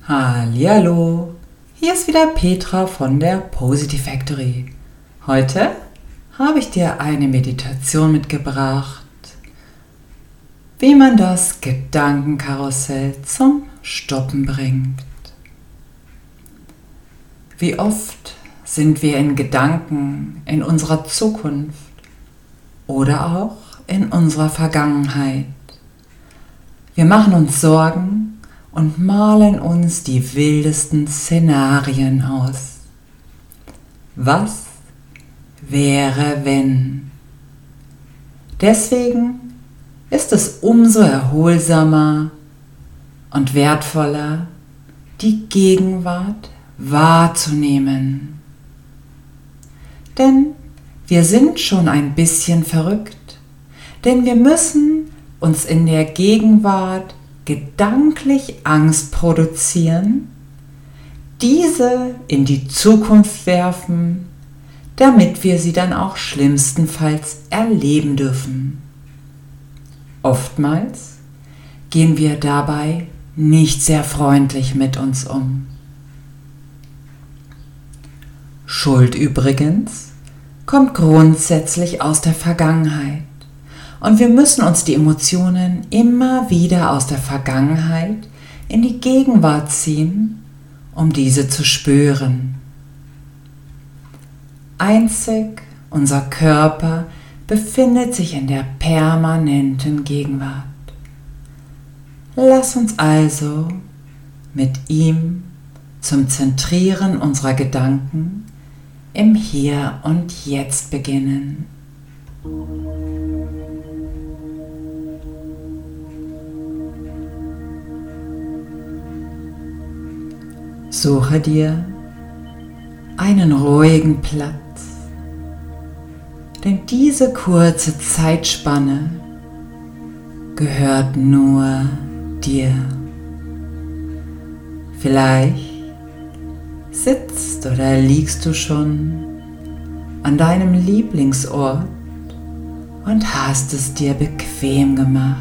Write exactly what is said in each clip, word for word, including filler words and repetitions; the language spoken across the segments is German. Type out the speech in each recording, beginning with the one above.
Hallihallo, hier ist wieder Petra von der Positive Factory. Heute habe ich dir eine Meditation mitgebracht, wie man das Gedankenkarussell zum Stoppen bringt. Wie oft sind wir in Gedanken in unserer Zukunft oder auch in unserer Vergangenheit. Wir machen uns Sorgen und malen uns die wildesten Szenarien aus. Was wäre, wenn? Deswegen ist es umso erholsamer und wertvoller, die Gegenwart wahrzunehmen. Denn wir sind schon ein bisschen verrückt, denn wir müssen uns in der Gegenwart gedanklich Angst produzieren, diese in die Zukunft werfen, damit wir sie dann auch schlimmstenfalls erleben dürfen. Oftmals gehen wir dabei nicht sehr freundlich mit uns um. Schuld übrigens kommt grundsätzlich aus der Vergangenheit. Und wir müssen uns die Emotionen immer wieder aus der Vergangenheit in die Gegenwart ziehen, um diese zu spüren. Einzig unser Körper befindet sich in der permanenten Gegenwart. Lass uns also mit ihm zum Zentrieren unserer Gedanken im Hier und Jetzt beginnen. Suche dir einen ruhigen Platz, denn diese kurze Zeitspanne gehört nur dir. Vielleicht sitzt oder liegst du schon an deinem Lieblingsort und hast es dir bequem gemacht.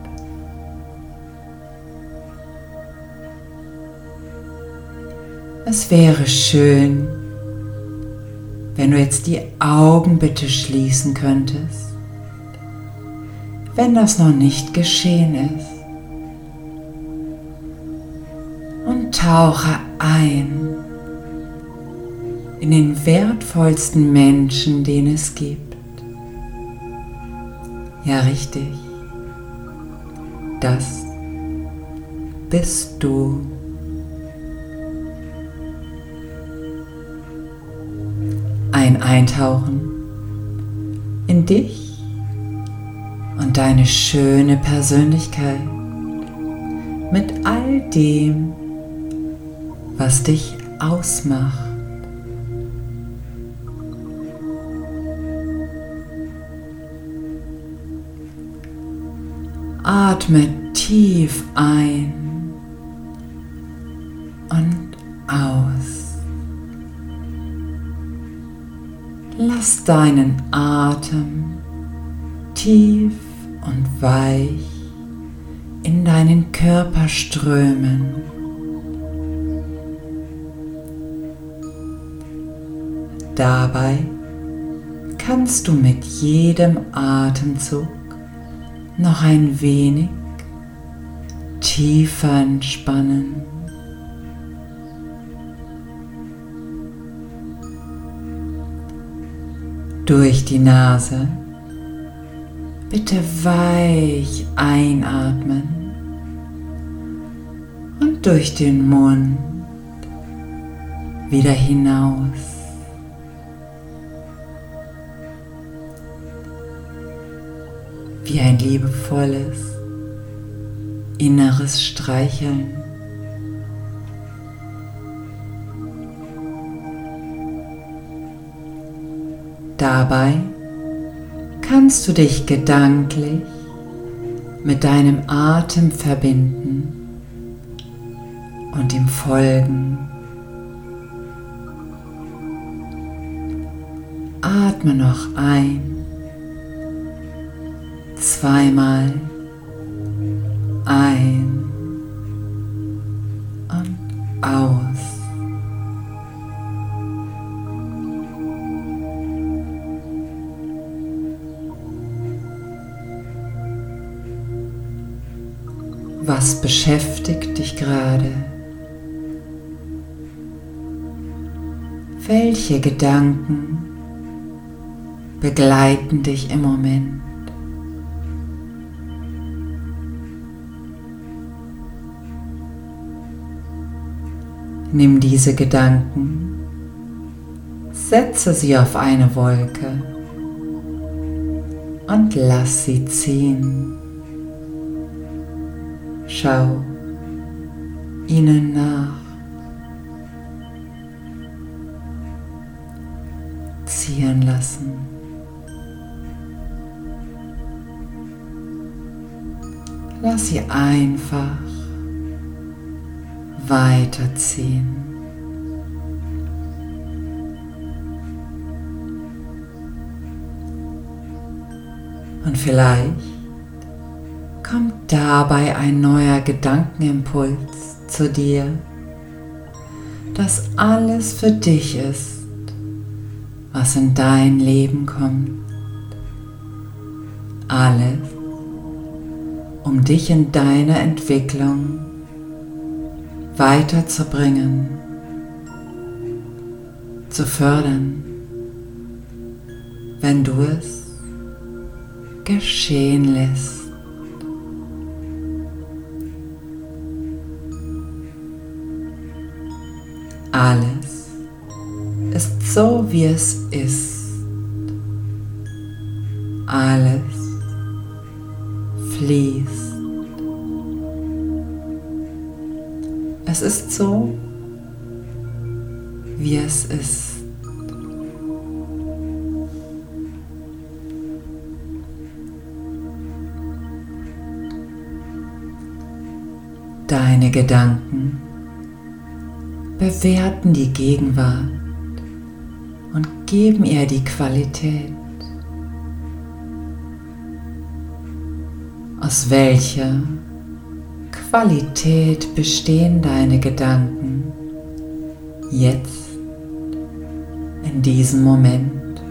Es wäre schön, wenn du jetzt die Augen bitte schließen könntest, wenn das noch nicht geschehen ist. Und tauche ein in den wertvollsten Menschen, den es gibt. Ja, richtig. Das bist du. Ein Eintauchen in dich und deine schöne Persönlichkeit mit all dem, was dich ausmacht. Atme tief ein und aus. Lass deinen Atem tief und weich in deinen Körper strömen. Dabei kannst du mit jedem Atemzug noch ein wenig tiefer entspannen. Durch die Nase bitte weich einatmen und durch den Mund wieder hinaus. Wie ein liebevolles inneres Streicheln. Dabei kannst du dich gedanklich mit deinem Atem verbinden und ihm folgen. Atme noch ein, zweimal ein und aus. Was beschäftigt dich gerade? Welche Gedanken begleiten dich im Moment? Nimm diese Gedanken, setze sie auf eine Wolke und lass sie ziehen. Schau ihnen nach. Ziehen lassen. Lass sie einfach weiterziehen. Und vielleicht kommt dabei ein neuer Gedankenimpuls zu dir, dass alles für dich ist, was in dein Leben kommt. Alles, um dich in deiner Entwicklung weiterzubringen, zu fördern, wenn du es geschehen lässt. Alles ist so, wie es ist. Alles fließt. Es ist so, wie es ist. Deine Gedanken bewerten die Gegenwart und geben ihr die Qualität. Aus welcher Qualität bestehen deine Gedanken jetzt, in diesem Moment?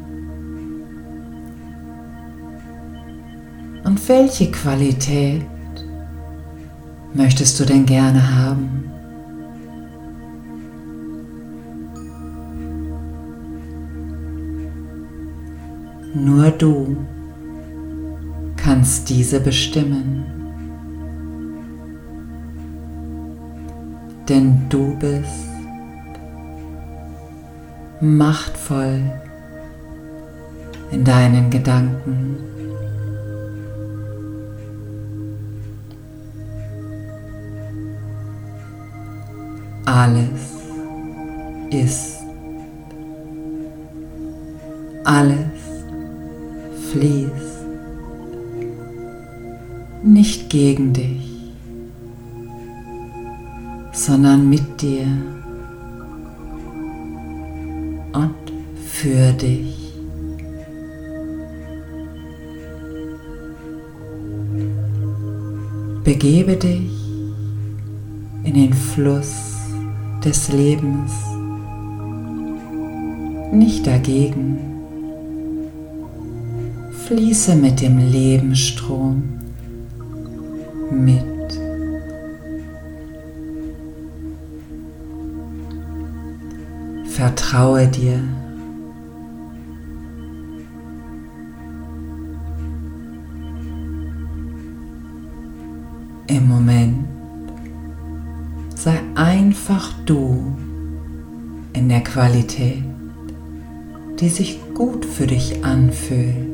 Und welche Qualität möchtest du denn gerne haben? Nur du kannst diese bestimmen, denn du bist machtvoll in deinen Gedanken. Alles ist, alles fließt, nicht gegen dich, sondern mit dir und für dich. Begebe dich in den Fluss des Lebens, nicht dagegen. Fließe mit dem Lebensstrom mit. Vertraue dir. Im Moment sei einfach du in der Qualität, die sich gut für dich anfühlt.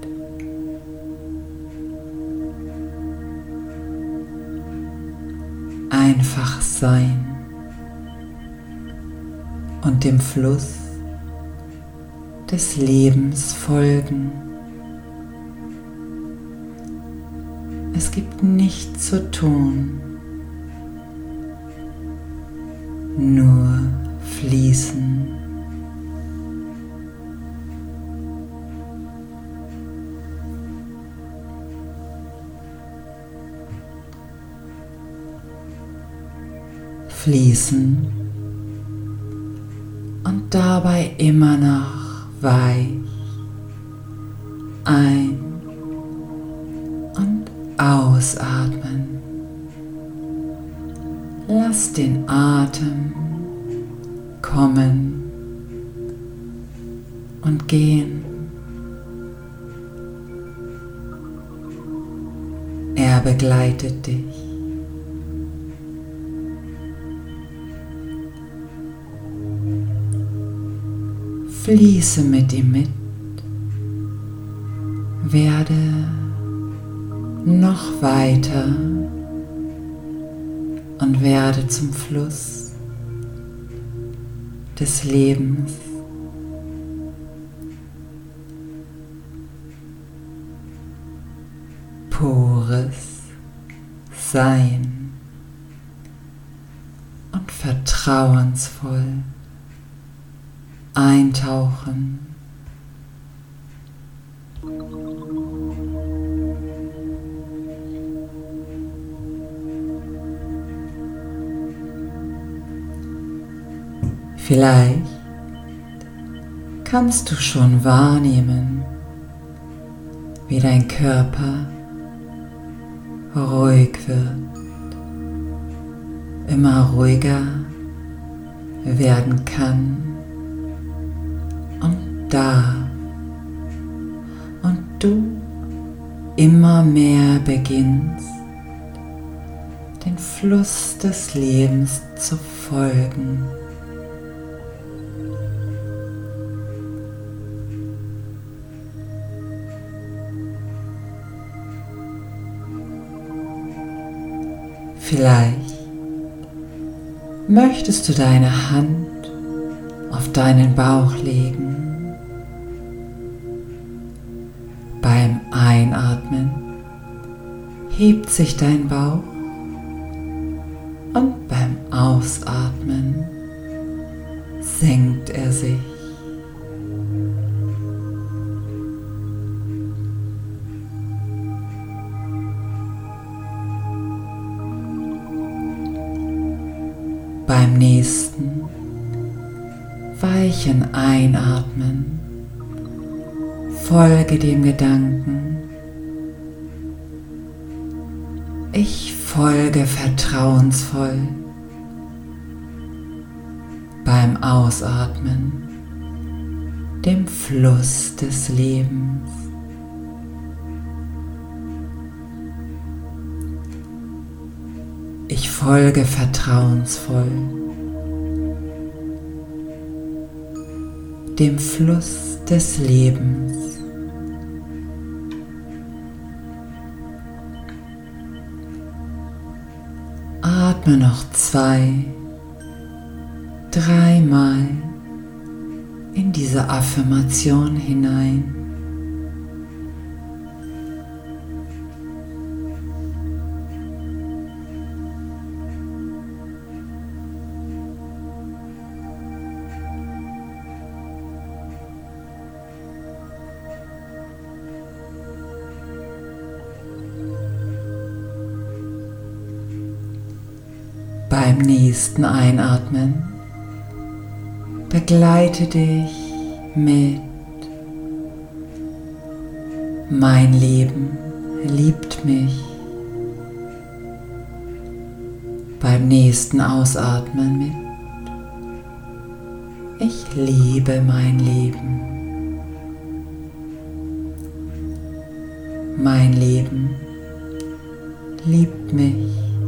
Einfach sein und dem Fluss des Lebens folgen. Es gibt nichts zu tun, nur fließen. fließen und dabei immer noch weich ein- und ausatmen. Lass den Atem kommen und gehen. Er begleitet dich. Fließe mit ihm mit. Werde noch weiter und werde zum Fluss des Lebens. Pures Sein und vertrauensvoll eintauchen. Vielleicht kannst du schon wahrnehmen, wie dein Körper ruhig wird, immer ruhiger werden kann und darf und du immer mehr beginnst, den Fluss des Lebens zu folgen. Vielleicht möchtest du deine Hand auf deinen Bauch legen. Beim Einatmen hebt sich dein Bauch und beim Ausatmen senkt er sich. Beim nächsten weichen Einatmen folge dem Gedanken: Ich folge vertrauensvoll. Beim Ausatmen dem Fluss des Lebens. Ich folge vertrauensvoll dem Fluss des Lebens. Atme noch zwei, dreimal in diese Affirmation hinein. Beim nächsten Einatmen begleite dich mit: Mein Leben liebt mich. Beim nächsten Ausatmen mit: Ich liebe mein Leben. Mein Leben liebt mich.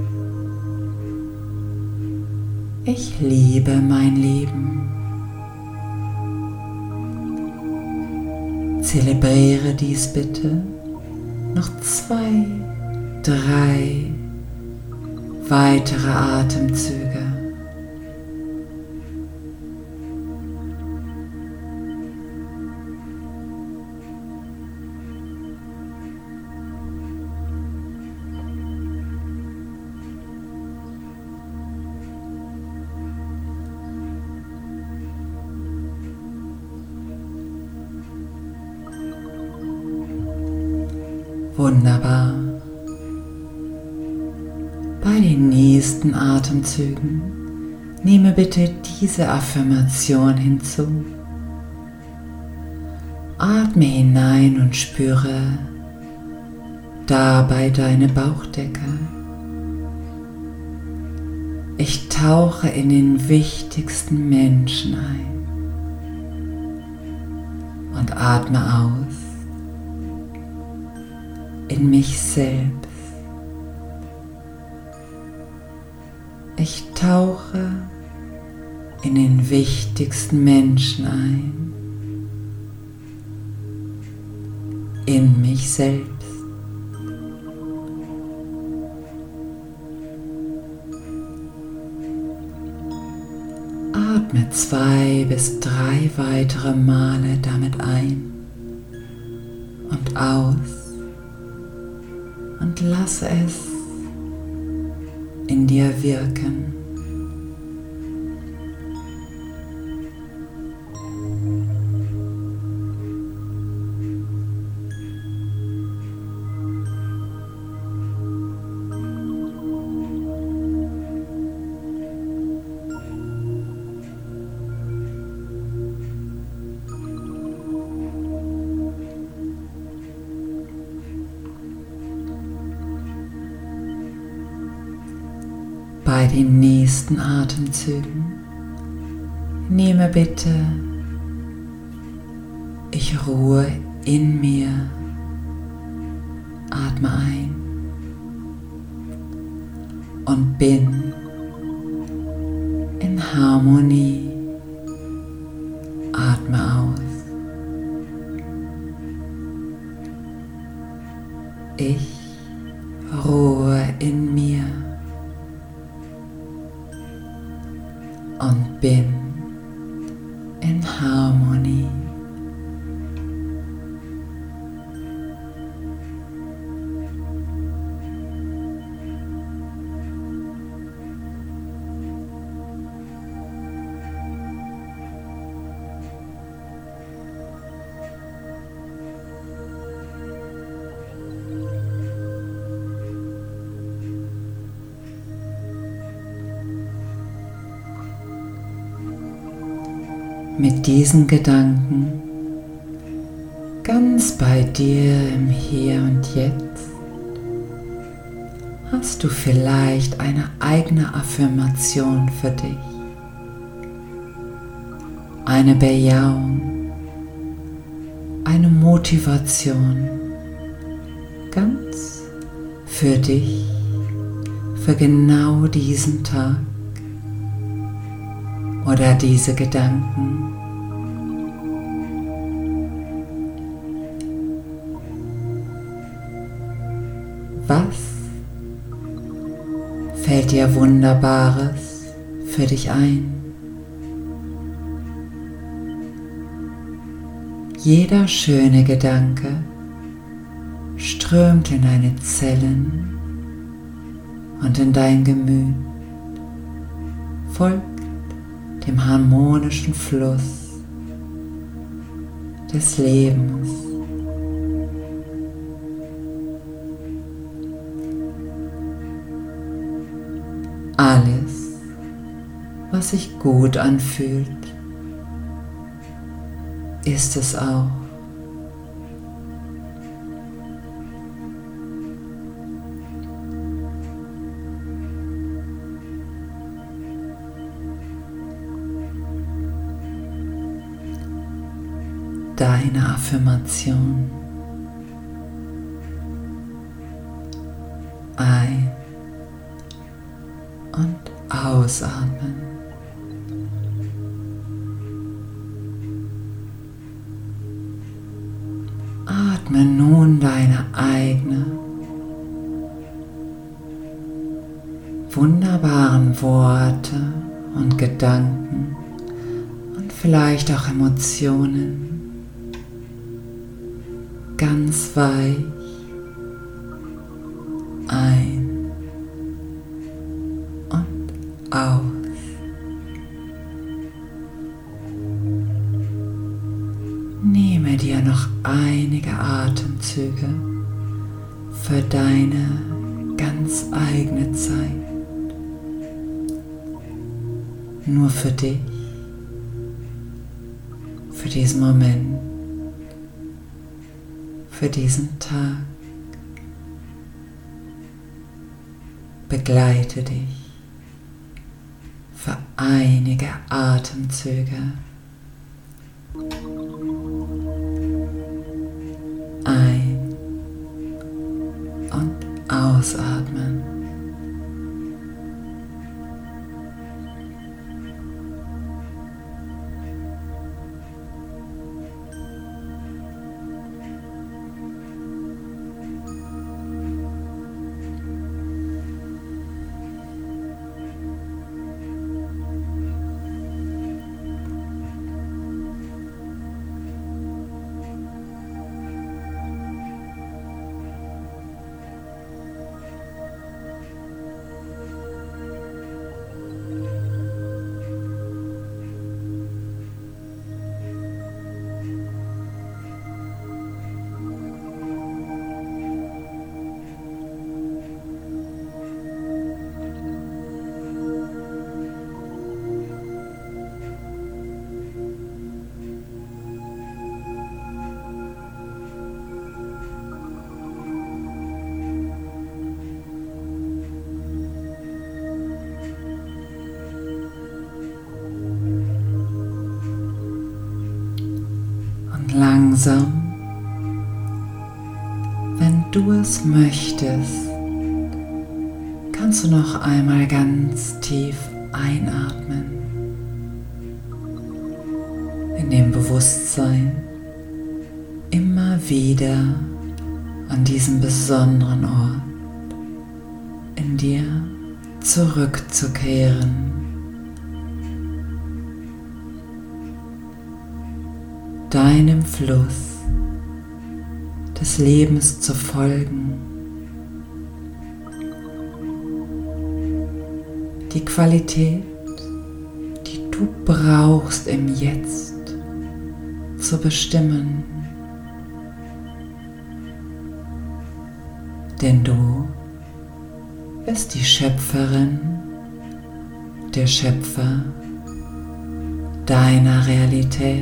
Ich liebe mein Leben. Zelebriere dies bitte noch zwei, drei weitere Atemzüge. Wunderbar. Bei den nächsten Atemzügen Nehme bitte diese Affirmation hinzu. Atme hinein und spüre dabei deine Bauchdecke. Ich tauche in den wichtigsten Menschen ein und atme aus in mich selbst. Ich tauche in den wichtigsten Menschen ein, in mich selbst. Atme zwei bis drei weitere Male damit ein und aus und lasse es in dir wirken. Bei den nächsten Atemzügen nehme bitte ich ruhe in mir. Atme ein und bin in Harmonie. Atme aus. Ich ruhe in mir und bin in Harmonie. Mit diesen Gedanken ganz bei dir im Hier und Jetzt hast du vielleicht eine eigene Affirmation für dich, eine Bejahung, eine Motivation, ganz für dich, für genau diesen Tag oder diese Gedanken. Was fällt dir Wunderbares für dich ein? Jeder schöne Gedanke strömt in deine Zellen und in dein Gemüt, folgt dem harmonischen Fluss des Lebens. Alles, was sich gut anfühlt, ist es auch. Deine Affirmation. Ein- und ausatmen. Atme nun deine eigene, wunderbaren Worte und Gedanken und vielleicht auch Emotionen ganz weich ein und aus. Nehme dir noch einige Atemzüge für deine ganz eigene Zeit. nur für dich, für diesen Moment, für diesen Tag. Begleite dich für einige Atemzüge ein- und ausatmen. Langsam, wenn du es möchtest, kannst du noch einmal ganz tief einatmen, in dem Bewusstsein immer wieder an diesem besonderen Ort in dir zurückzukehren. Deinem Fluss des Lebens zu folgen, die Qualität, die du brauchst im Jetzt, zu bestimmen, denn du bist die Schöpferin, der Schöpfer deiner Realität.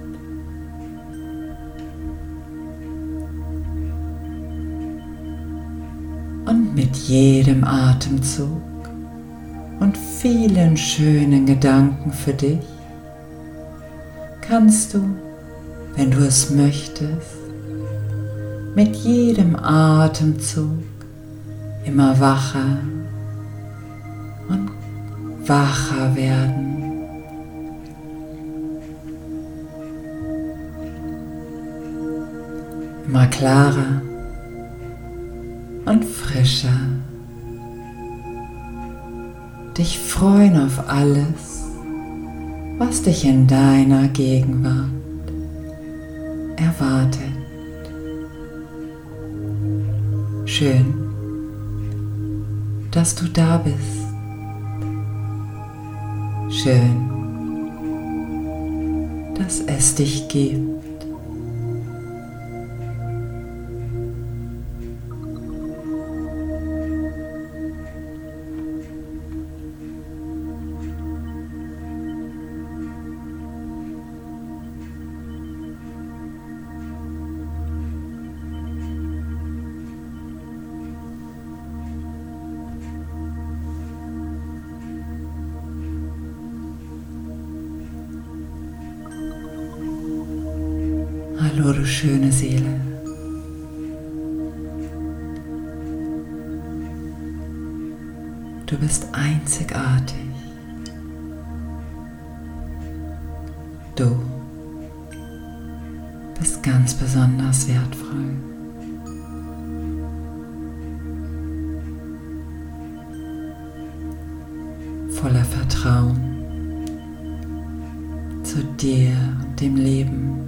Und mit jedem Atemzug und vielen schönen Gedanken für dich kannst du, wenn du es möchtest, mit jedem Atemzug immer wacher und wacher werden. Immer klarer und frischer, dich freuen auf alles, was dich in deiner Gegenwart erwartet. Schön, dass du da bist. Schön, dass es dich gibt. Hallo, du schöne Seele. Du bist einzigartig. Du bist ganz besonders wertvoll. Voller Vertrauen zu dir und dem Leben.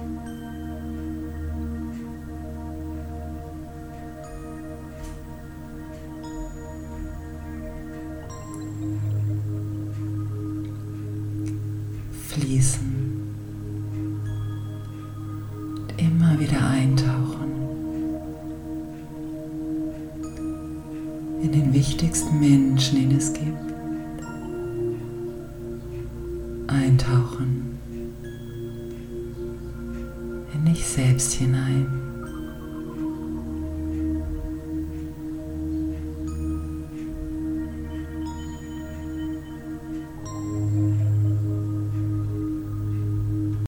Fließen und immer wieder eintauchen in den wichtigsten Menschen, den es gibt. eintauchen in dich selbst hinein.